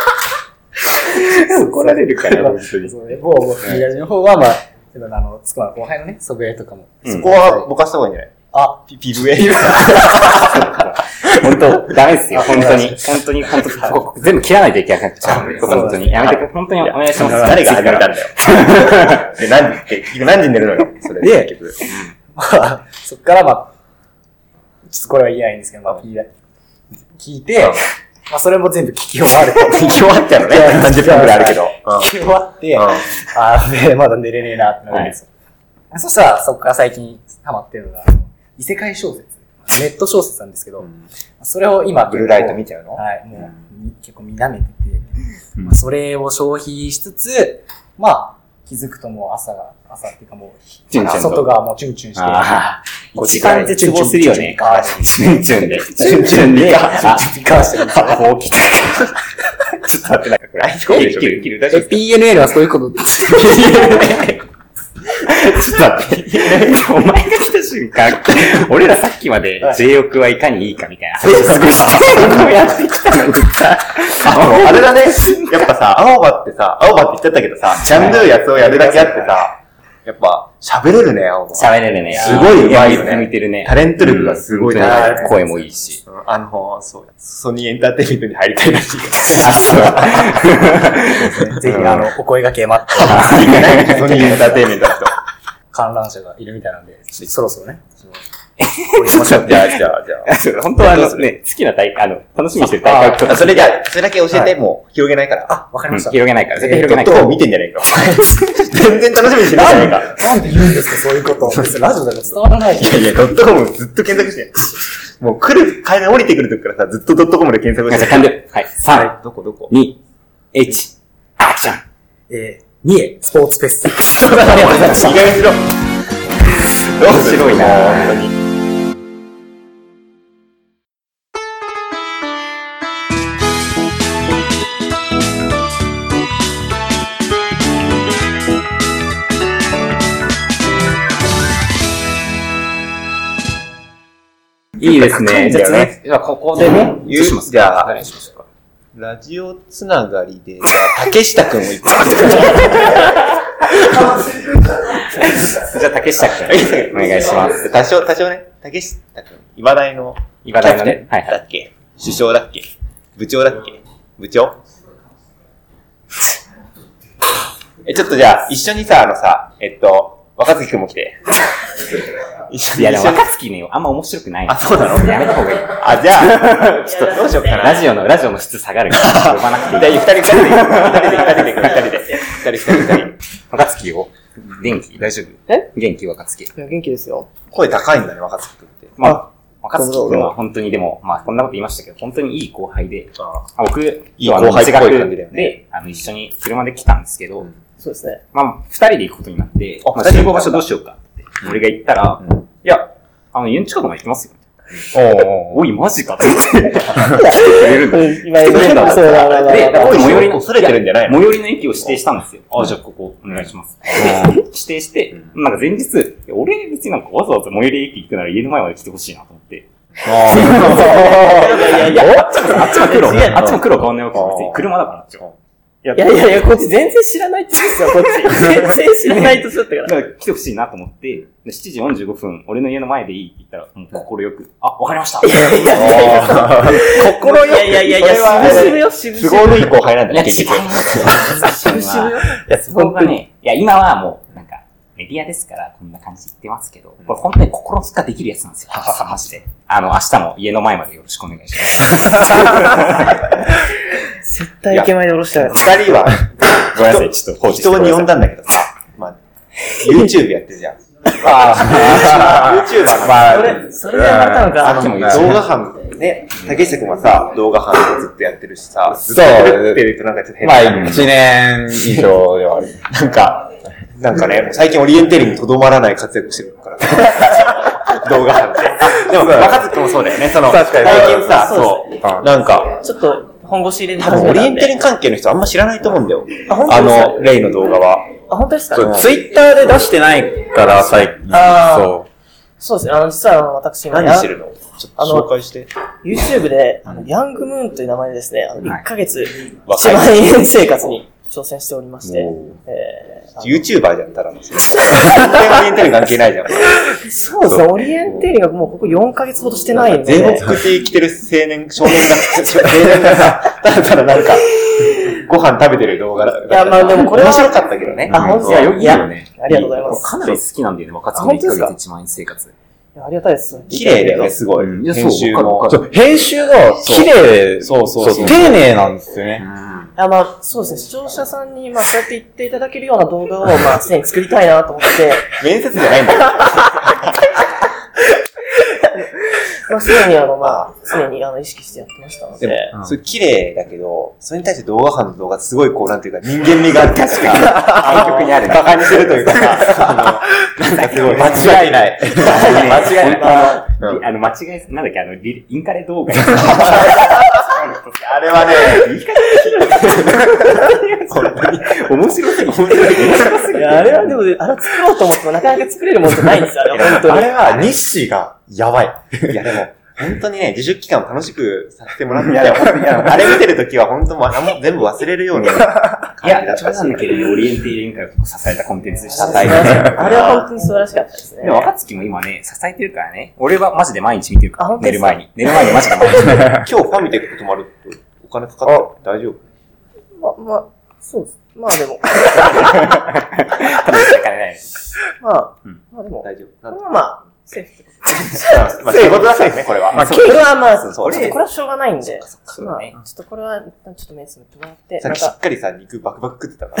怒られるから、本当に。 もう、Pラジの方は、つまり後輩のね、祖父江とかも。 そこはぼかした方がいいんじゃない？PVA。 本当、ダメですよ、本当に。全部切らないといけなくなっちゃうんで、本当に。やめてくれ、本当にお願いします。 誰が始めたんだよ。何時に寝るのよ、それで。結局。 そっからちょっとこれは言えないんですけど、聞いて、それも全部聞き終わる。 聞き終わっちゃうのね。30分くらいあるけど。 聞き終わって、まだ寝れねえなってなるんですよ。そしたら、そっから最近ハマってるのが、異世界小説。ネット小説なんですけど、それを今、 ブルーライト見ちゃうの？ はい、もう、結構見舐めてて、それを消費しつつ、気づくともう朝っていうかもう、外がもうチュンチュンして、 一番絶望するよね。チュンチュンで。 チュンチュンで、リカーしてるんですよね。 ほうきた。ちょっと待って、なんかこれ、切る。 PNL はそういうことちょっと待って。お前が来た瞬間、俺らさっきまで性欲はいかにいいかみたいな話すごいしてやってきたのにさ。 あれだね。やっぱさ、青葉って言っちゃったけどさ、ちゃんとやつをやるだけあってさ、やっぱ喋れるね、青葉。 喋れるね。 すごい上手いよね。 向いてるね。 タレント力がすごいね。 声もいいし。 そう。ソニーエンターテインメントに入りたいらしい。 ぜひ、お声掛け待って。 ソニーエンターテインメントだと。 観覧車がいるみたいなんで、そろそろね。 じゃあ。 本当はね、好きな楽しみにしてる大会とか。 それだけ教えて、もう広げないから。 わかりました。 広げないから。 絶対広げないから。見てんじゃねえか。全然楽しみにしてないじゃねえか。 なんで言うんですか、そういうこと。ラジオだから伝わらないじゃん。 いや、.com ずっと検索して。もう階段降りてくるときからさ、ずっと.com で検索して。 はい。3、 どこ 2、1、アクション。 三重スポーツフェス。 意外にしろ。 面白いな本当に。いいですね。じゃあここでね、 じゃあ、ラジオつながりで、じゃあ、竹下くんを行く。 じゃあ、竹下くん、お願いします。 多少ね、竹下くん、茨大のね、だっけ？首相だっけ？部長だっけ？部長？ちょっとじゃあ、一緒にさ、若月くんも来て。 いや、でも若月ね、あんま面白くない。 そうなの？ やめた方がいい。 じゃあ、ちょっとどうしようかな。 ラジオの質下がるから、呼ばなくていい。 二人。 若月を元気大丈夫？元気若月。 いや、元気ですよ。 声高いんだね、若月くんって。 若月くんは本当にでも、こんなこと言いましたけど、本当にいい後輩で、僕、 いい後輩っぽい感じだよね。 で、一緒に車で来たんですけど、 そうですね。 二人で行くことになって、集合場所どうしようかって、俺が言ったら、いや、家の近くまで行きますよ。おい、マジかって言って。 今言うんだ。そうだ。 で、最寄りの、 恐れてるんじゃないの？ 最寄りの駅を指定したんですよ。じゃあここお願いします。指定して、なんか前日、俺別になんかわざわざ最寄り駅行くなら家の前まで来てほしいなと思って。いや、あっちも黒変わんないわけ別に車だからあっちは。 いや、こっち全然知らないって言うんですよ、こっち。全然知らないとしちゃったから。 だから来てほしいなと思って、7時45分、俺の家の前でいいって言ったら、もう心よく、わかりました。 心よく。いや、渋々よ。 都合のいい後輩なんだね、 結局。渋々よ。いや、そこがね、いや、今はもう、なんか、 メディアですからこんな感じ言ってますけど、これ本当に心ができるやつなんですよ。マジで。明日も家の前までよろしくお願いします。 絶対池前で下ろしたい。 二人は、 ごめんなさい、ちょっと放置して。 人に呼んだんだけどさ、まあ、YouTube やってるじゃん。YouTuber の。 まあ、それでやられたのか。 動画班、ね、竹下くんはさ、動画班ずっとやってるしさ、ずっとやってるとなんかちょっと変な。 まあ、1年以上ではある。 なんかね、最近オリエンテーリングにとどまらない活躍してるから。動画班って。でも、若月もそうだよね。 確かに。 最近さ、そう、なんか、 ちょっと、本腰入れてオリエンテーリング関係の人あんま知らないと思うんだよ。 本当ですか？ レイの動画は。 本当ですか？ ツイッターで出してないから、最近。 そうですね。実は私今、 何してるの？ちょっと紹介して。 YouTube で、ヤングムーンという名前でですね、1ヶ月1万円生活に挑戦しておりまして、 YouTuber じゃん、ただの。全然オリエンテーリング関係ないじゃん。 そうですね、オリエンテーリングがもうここ4ヶ月ほどしてないんで。 全部作って生きてる少年がただなんか、ご飯食べてる動画だ。 いや、まあでもこれは。 面白かったけどね。 本当ですか？ よく言うよね。 ありがとうございます。 かなり好きなんだよね、若月の1ヶ月1万円生活。 いや、ありがたいです。 綺麗だよね、すごい。編集も。 編集が綺麗。そう。丁寧なんですよね。 まあ、そうですね。視聴者さんに、まあ、そうやって言っていただけるような動画を、まあ、常に作りたいなと思って。 面接じゃないんだよ。 まあ、常に常に意識してやってましたので。 でも、それ綺麗だけど、それに対して動画班の動画すごいこう、なんていうか、人間味がある。確か対局にある。 馬鹿にしてるというかさ、なんかすごい。間違いない。 間違いない。間違い、なんだっけ、インカレ動画。 あれはね、 面白すぎ。 いや、あれはでも、作ろうと思ってもなかなか作れるもんじゃないんですよ、あれは。本当に。 あれは、日誌がやばい。いや、でも、本当にね、自粛期間を楽しくさせてもらって、あれ見てるときは本当もう全部忘れるように。いや、そうなんだけど、オリエンテーリング界を支えたコンテンツでした。 あれは本当に素晴らしかったですね。 でも、若月も今ね、支えてるからね。俺はマジで毎日見てるから。寝る前にマジで毎日見てる。 今日ファミテク泊まるとお金かかったら大丈夫？ まあ、そうです。まあでも。 多分お金ない。 まあでも。 大丈夫。 まあ、セーフってこと。 まあ、仕事だからね、これは。 これはまあ、これはしょうがないんで。まあ、ちょっとこれは、ちょっと目つぶってもらって。 さっきしっかりさ、肉バクバク食ってたから。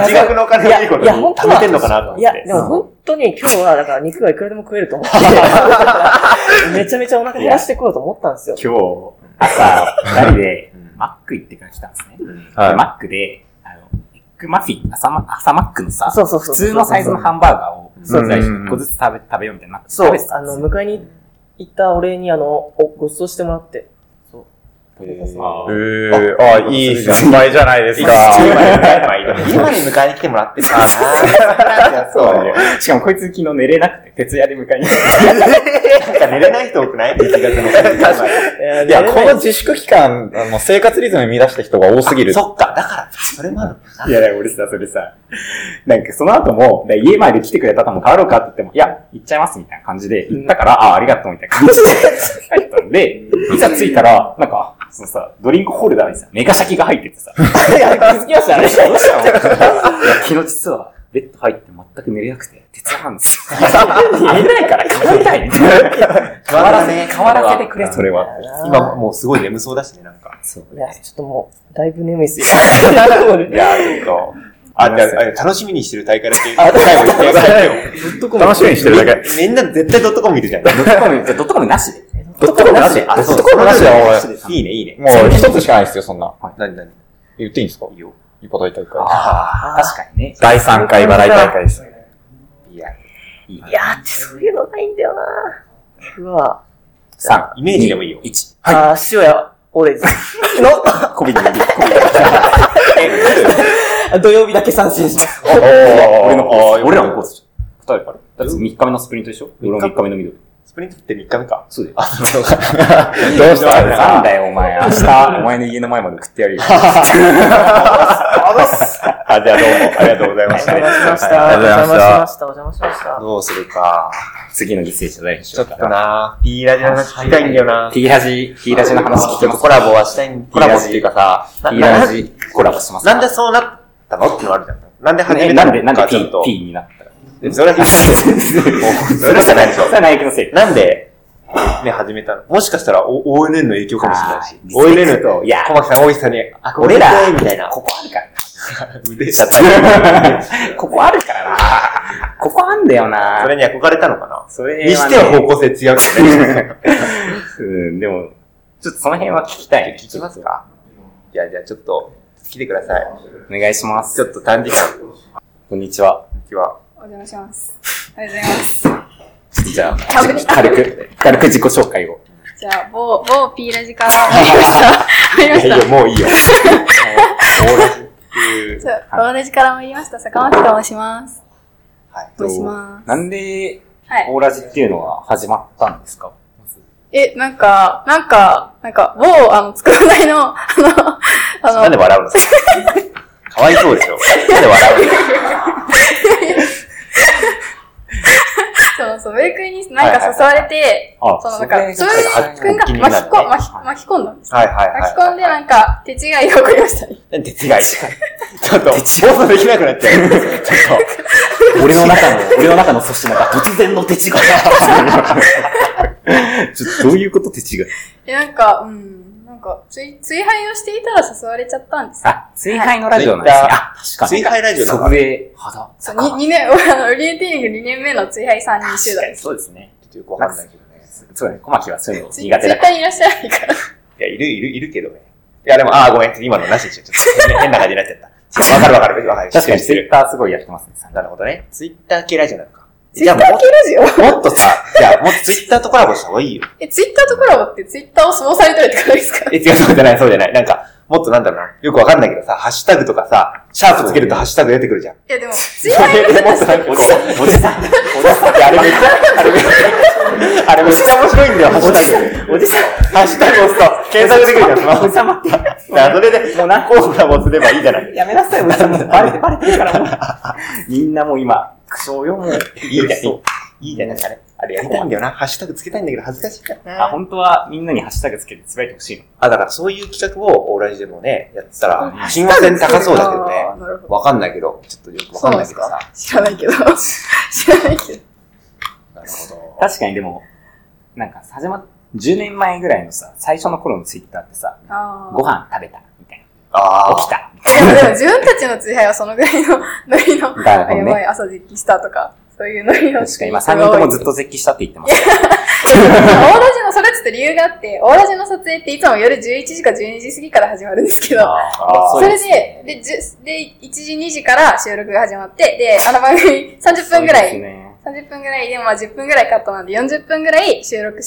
日額のお金をいいことに貯めてんのかなと思って。 いや、でも本当に今日は、だから肉はいくらでも食えると思って。めちゃめちゃお腹減らしてこようと思ったんですよ。 今日、朝、二人で、マック行ってから来たんですね。マックで、エッグマフィン、朝マックのさ、普通のサイズのハンバーガーを、1個ずつ食べようみたいな。 そう、迎えに行ったお礼にご馳走してもらって。そう。 いい先輩じゃないですか。 今に迎えに来てもらってさ、 そうしかもこいつ昨日寝れなくて、徹夜で迎えに来て。 なんか寝れない人多くない？1月の。 いや、この自粛期間、生活リズムを乱した人が多すぎる。 そっか、だから、それもある。 いや、俺さ、それさ、なんかその後も、家まで来てくれたらもう帰ろうかって言っても、いや、行っちゃいますみたいな感じで、行ったから、ありがとうみたいな感じで帰ったんで、いざ着いたら、なんか、そのさ、ドリンクホルダーにさ、メカシャキが入っててさ、 気づきましたね。どうしたの？ 昨日実は、ベッド入って全く寝れなくて、徹夜なんですよ。寝れないから変わりたい。変わらせてくれ、それは。 今もうすごい眠そうだしね、なんか。 いや、ちょっともう、だいぶ眠いっすよ。 いや、ちょっと、楽しみにしてる大会だけ、最後言ってくださいよ。 楽しみにしてるだけ。 みんな絶対ドットコム見るじゃん。 ドットコムなしで。 ドットコムなしで。 ドットコムなしで。いいね、いいね。 もう一つしかないですよ、そんな。 何言っていいんですか？いいよ。イポ大大会。 確かにね。 第3回バラエ大会です。 いや、ってそういうのないんだよな。うわ。 3、イメージでもいいよ。 1。 はい。塩屋、オレンジ。の、 コビで土曜日だけ参戦します。 俺らのコースじゃん。2人から。だって3日目のスプリントでしょ？俺の3日目の緑。 スプリントって3日目か。 そうだよ。 どうしたなんだよ、お前。明日、お前の家の前まで食ってやるよ。じゃあどうも、ありがとうございました。 お邪魔しました。お邪魔しました。 どうするか。 次の犠牲者誰にしようか。 ちょっとな P ラジの話聞きたいんだよな P ラジの話聞きます。 コラボはしたいん P ラジっていうかさ、P ラジコラボします。 なんでそうなったのってのあるじゃん。なんで始めたのなんで P になったら。 それはそれじゃないでしょ。 それはナイキのせい。 なんで、ね、始めたのもしかしたら ONN の影響かもしれないし。 ONN と、いや、 小牧さん、大石さんに、 俺ら、 みたいな。 ここあるからな。腕しちゃった。 ここあるからな。ここあんだよな。 それに憧れたのかな。 それにしては方向性違うけどね。 でも、ちょっとその辺は聞きたい。 聞きますか？じゃあちょっと、来てください。 お願いします。 ちょっと短時間。 こんにちは。 こんにちは。 お邪魔します。ありがとうございます。 じゃあ、軽く自己紹介を。 じゃあ、某 P ラジから参りました。 いや、もういいよ。 某ラジから参りました。坂巻と申します。 はい。 申します。 なんで、オーラジっていうのは始まったんですか？ なんか、某、つくば大の、 なんで笑うの？かわいそうでしょ。なんで笑うの？ そう、ベル君になんか誘われて、そういう君が巻き込んだんです。 はいはいはい。 巻き込んでなんか、手違いが起こりましたね。 手違いちょっと、放送できなくなっちゃう。ちょっと、俺の中の粗品が突然の手違い。ちょっとどういうこと手違い？ なんか、追廃をしていたら誘われちゃったんです。 追廃のラジオなんですね。確かに。 追廃ラジオなんだ。祖父江肌。 そう、2年、オリエンティング2年目の追廃3人集団です。 そうですね。 ちょっとよくわかんないけどね。 そうね。小牧はそういうの苦手だから。 ツイッターにいらっしゃらないから。いや、いるけどね。いや、でも、ごめん。今のなしでしょ。ちょっと変な感じになっちゃった。わかる。 確かにツイッターすごいやってますね。 なるほどね。ツイッター系ラジオなのか。 ツイッター系ラジオもっとさ、もっとツイッターとコラボした方がいいよ。 ツイッターとコラボってツイッターを相撲されてるってことですか？ 違う、そうじゃない。なんか、もっとなんだろうな。よくわかんないけどさ、ハッシュタグとかさ、シャープつけるとハッシュタグ出てくるじゃん。 いやでも、ツイッターでもっとなんか、おじさん。あれめっちゃ面白いんだよ、ハッシュタグ。おじさん。ハッシュタグ押すと、検索できるじゃん、スマホ。おじさまって。それで、もう何個コラボすればいいじゃない。 やめなさい、おじさん。バレてるからもう。みんなもう今、苦笑よ、もう。 いいじゃない、あれやりたいんだよな。ハッシュタグつけたいんだけど恥ずかしいからな。 本当はみんなにハッシュタグつけてつぶやいてほしいの？ だからそういう企画をオーラジでもね、やったら、親和性高そうだけどね。わかんないけど、ちょっとよくわかんないけどさ。 知らないけど。なるほど。 確かにでも、なんか10年前ぐらいのさ、最初の頃のツイッターってさ、ご飯食べたみたいな。起きた。 でも自分たちの追廃はそのぐらいのノリの、やばい朝絶起したとか。そういうノリの。 確かに今3人ともずっと絶起したって言ってます。 オーラジの、それちょっと理由があって、オーラジの撮影っていつも夜11時か12時過ぎから始まるんですけど、それで、1時2時から収録が始まって、で、あの番組30分ぐらい、30分ぐらいで、10分ぐらいカットなんで40分ぐらい収録して、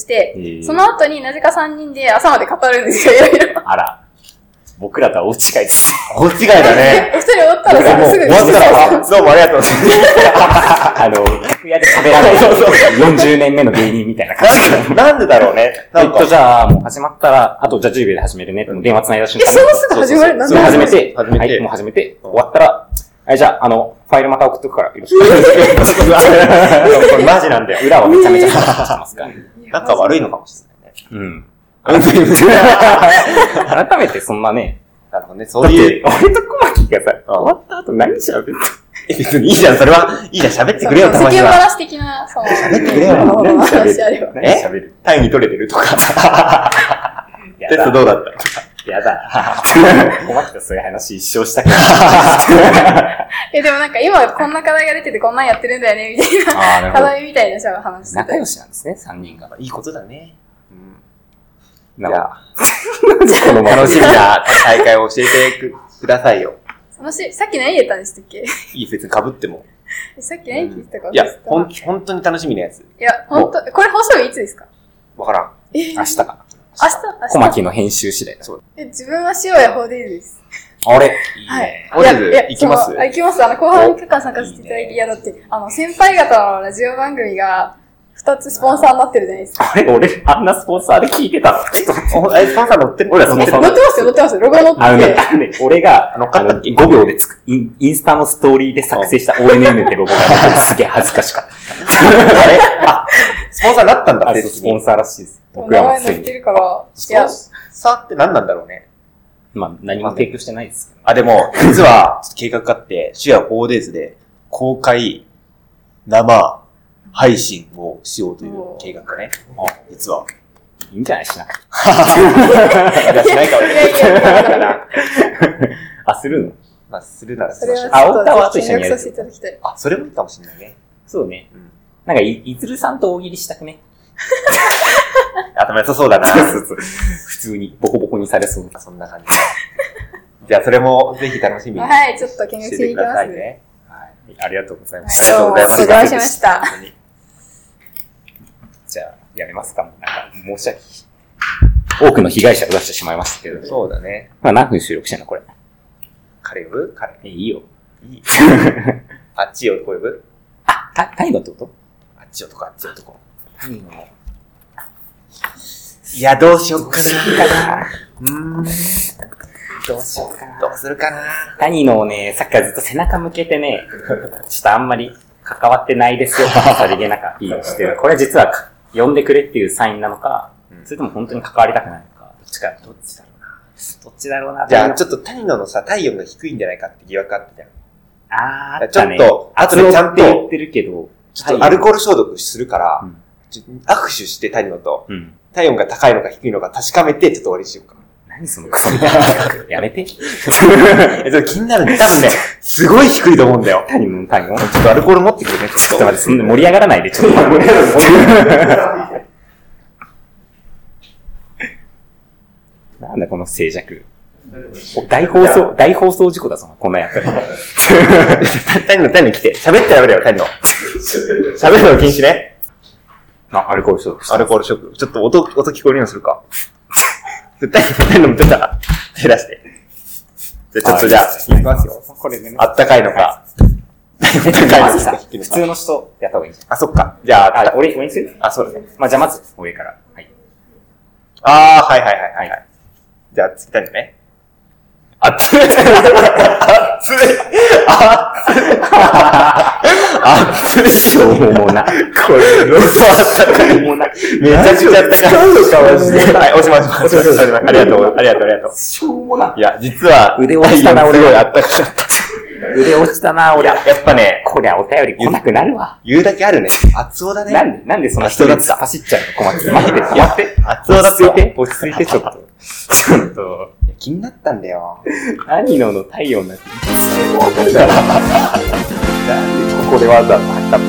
その後になぜか3人で朝まで語るんですよ、いろいろ。 あら。僕らとは大違いです。 大違いだね。 お二人終わったらすぐ終わったら、どうもありがとう。 楽屋で喋らない40年目の芸人みたいな感じ。 なんでだろうね。 じゃあ、もう始まったら、あとじゃあ10秒で始めるねって電話繋いだ瞬間に。 そうすぐ始まるなんで始めて、はい、もう始めて、終わったら、じゃあ、ファイルまた送っとくからよろしくお願いします。 これマジなんだよ。 裏はめちゃめちゃ話してますから。 仲悪いのかもしれないね。 改めてそんなね。 なるほどね。そういう。 俺と小牧がさ、終わった後何喋るの？ 別にいいじゃん、それは。いいじゃん、喋ってくれよ、たまには。 世間話的な、そう。 喋ってくれよ。 何喋る？ タイに取れてるとか。テストどうだったやだ。小牧とそういう話一生したくない。 でもなんか今こんな課題が出ててこんなんやってるんだよね、みたいな。課題みたいな話して。 仲良しなんですね、3人が。 いいことだね。 じゃあ、 楽しみな大会を教えてくださいよ。 さっき何言ったんでしたっけ？ いい、別に被っても。 さっき何聞いたかいや、本当に楽しみなやつ。 いや、これ放送日いつですか？ わからん。 明日かな。 明日小牧の編集次第だ。 自分は塩やホーデイズです。 あれ？ いいね。ホーデイズ行きます？ 行きます。後半期間参加させていただいて、いやだって、先輩方のラジオ番組が、2つスポンサーになってるじゃないですか。 俺、あんなスポンサーで聞いてたの？ スポンサー乗ってる？ 俺らスポンサー乗ってますよ。ロゴ乗ってて。俺が、5秒でインスタのストーリーで作成した ONN ってロゴがすげえ恥ずかしかった。 スポンサーになったんだって。 スポンサーらしいです。 僕らも乗ってるから。 スポンサーって何なんだろうね。 まあ、何も提供してないですけど、 あ、でも、実は、計画があって、シュア 4days で公開生配信をしようという計画がね、実は。 いいんじゃないしな。 いや、しないかもしれない。 あ、するの？ まあ、するならそれはあ、オッタワと一緒にやる。 あ、それもいいかもしれないね。 そうね。なんか、いずるさんと大喜利したくね。 頭良さそうだな。 普通にボコボコにされそう。 そんな感じ。じゃあ、それもぜひ楽しみにはい、ちょっと見学しに行きますね。 はい。ありがとうございます。 ありがとうございます。 すごいしました。 じゃあ、やめますか。なんか、申し訳多くの被害者を出してしまいましたけど。 そうだね。 まあ、何分収録してんのこれ。 彼呼ぶ彼。 いいよ。 いい。あっち男呼ぶあ、タイのってこと？ あっち男、あっち男。 タイの。 いや、どうしよっかな。 どうしようかな。 どうするかな。 タニのね、さっきからずっと背中向けてね、ちょっとあんまり関わってないですよ、さりげなくアピールしてる。これ実は呼んでくれっていうサインなのか、それとも本当に関わりたくないのか、どっちだろうな。 じゃあ、ちょっとタニノのさ、体温が低いんじゃないかって疑惑あったじゃん。 あー、 ちょっと、後でちゃんと、 言ってるけど、 ちょっとアルコール消毒するから、握手してタニノと、体温が高いのか低いのか確かめて、ちょっと終わりにしようか。 何そのクソみたいな企画。やめて。 それ気になるね。多分ね、すごい低いと思うんだよ。 タニの体温。 ちょっとアルコール持ってくるね。 ちょっと待って、そんな盛り上がらないで、ちょっと待って。なんだこの静寂。大放送事故だぞ、こんなやつ。 タニノ来て。喋ってやめろよ、タニノ。喋るの禁止ね。 あ、アルコールショック。 アルコールショック。ちょっと音聞こえるようにするか。タニノもちょっと照らして。じゃあちょっとじゃあ、いきますよ。 これでね。 あったかいのか。 普通の人やった方がいいじゃん。 あ、そっか。じゃあ、 俺にする？ あ、そうだね。 まあ、じゃあまず、上から。はい。 はい。じゃあ、次タニノね。熱い。 しょうもな。 これ、ロスあったかい。めちゃくちゃあったかい。使うのか、マジで。はい、押します。ありがとう。 しょうもな。 いや、実は、 腕落ちたな、俺。 すごいあったかかった。 腕落ちたな、俺。 やっぱね、 こりゃお便り来なくなるわ。 言うだけあるね。熱男だね。 なんでそんな人だった走っちゃうの困って。待って。 熱男だった。 落ち着いて、ちょっと。 気になったんだよ。 何の体温になって。なんでここでわざわざ測ったって。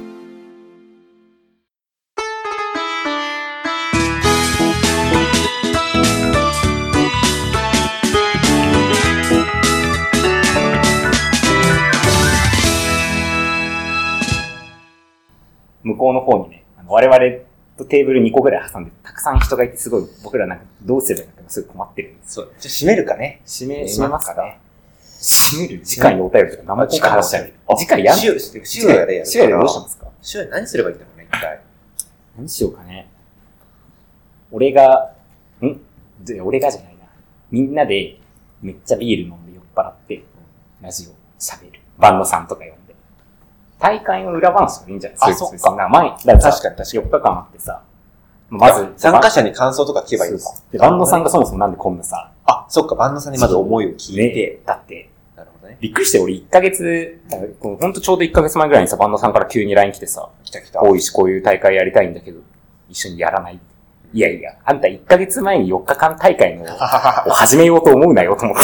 向こうの方にね、我々とテーブル2個ぐらい挟んで、たくさん人がいて、すごい、僕らなんかどうすればいいのかすごい困ってるんです。 そう。じゃ閉めるかね。 閉めますかね。閉める次回のお便りとか何も今回話しちゃう。次回やんシュアでやる。 シュアでどうしますか？ シュアで何すればいいんだろうね、一体。 何しようかね。俺がじゃないな。みんなでめっちゃビール飲んで酔っ払って、ラジオ喋る。バンドさんとか呼んで。大会の裏話とかいいんじゃないですか？ あ、そっか。 確かに。4日間あってさ、まず、 参加者に感想とか聞けばいいのか。 で、バンドさんがそもそもなんでこんなさ、 そっか、バンドさんにまず思いを聞いて。 だって、 なるほどね。 びっくりして、俺1ヶ月、ほんとちょうど1ヶ月前ぐらいにさ、バンドさんから急に LINE 来てさ、こういう大会やりたいんだけど、一緒にやらない？いやいや、あんた1ヶ月前に4日間大会のを始めようと思うなよと思って。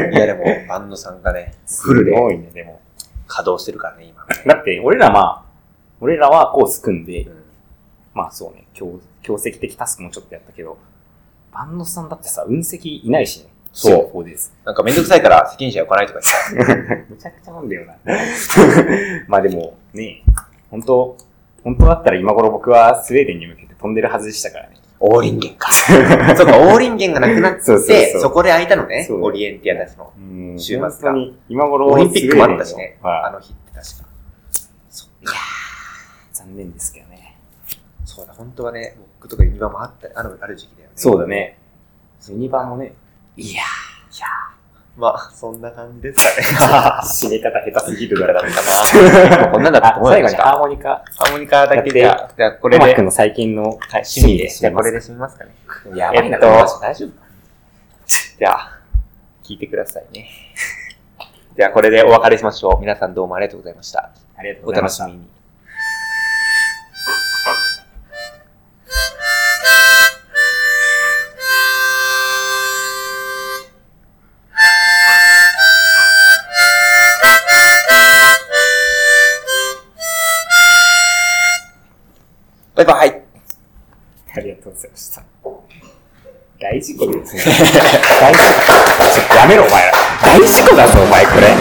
いやでも、バンドさんがね、フルで。 すごいね、でも。 稼働してるからね、今。 だって、俺らはコース組んで、まあそうね、強積的タスクもちょっとやったけど、バンドさんだってさ、運席いないしね。 そう。なんかめんどくさいから責任者呼ばないとか言ってた。めちゃくちゃなんだよな。まあでも、ね、本当だったら今頃僕はスウェーデンに向けて飛んでるはずでしたからね。 オーリンゲンか。そうか、オーリンゲンがなくなって、そこで空いたのね。オリエンティアナスの週末が。 今頃オリンピックもあったしね。あの日って確か。 いやー、残念ですけどね。 そうだ、本当はね、僕とかユニバもある時期だよね。 そうだね。ユニバもね。いやー。 まあ、そんな感じですかね。 締め方下手すぎるからだったな。こんなんだったと思うよ。 最後にハーモニカだけで。じゃあ、これで。 マックの最近の趣味で。 じゃあ、これで締めますかね。 やばいな、大丈夫？ じゃあ、 聞いてくださいね。じゃあこれでお別れしましょう。皆さんどうもありがとうございました。 ありがとうございました。 お楽しみに。バイバイ。 ありがとうございました。大事故ですね。大事故。ちょっとやめろ、お前ら。大事故だぞ、お前、これ。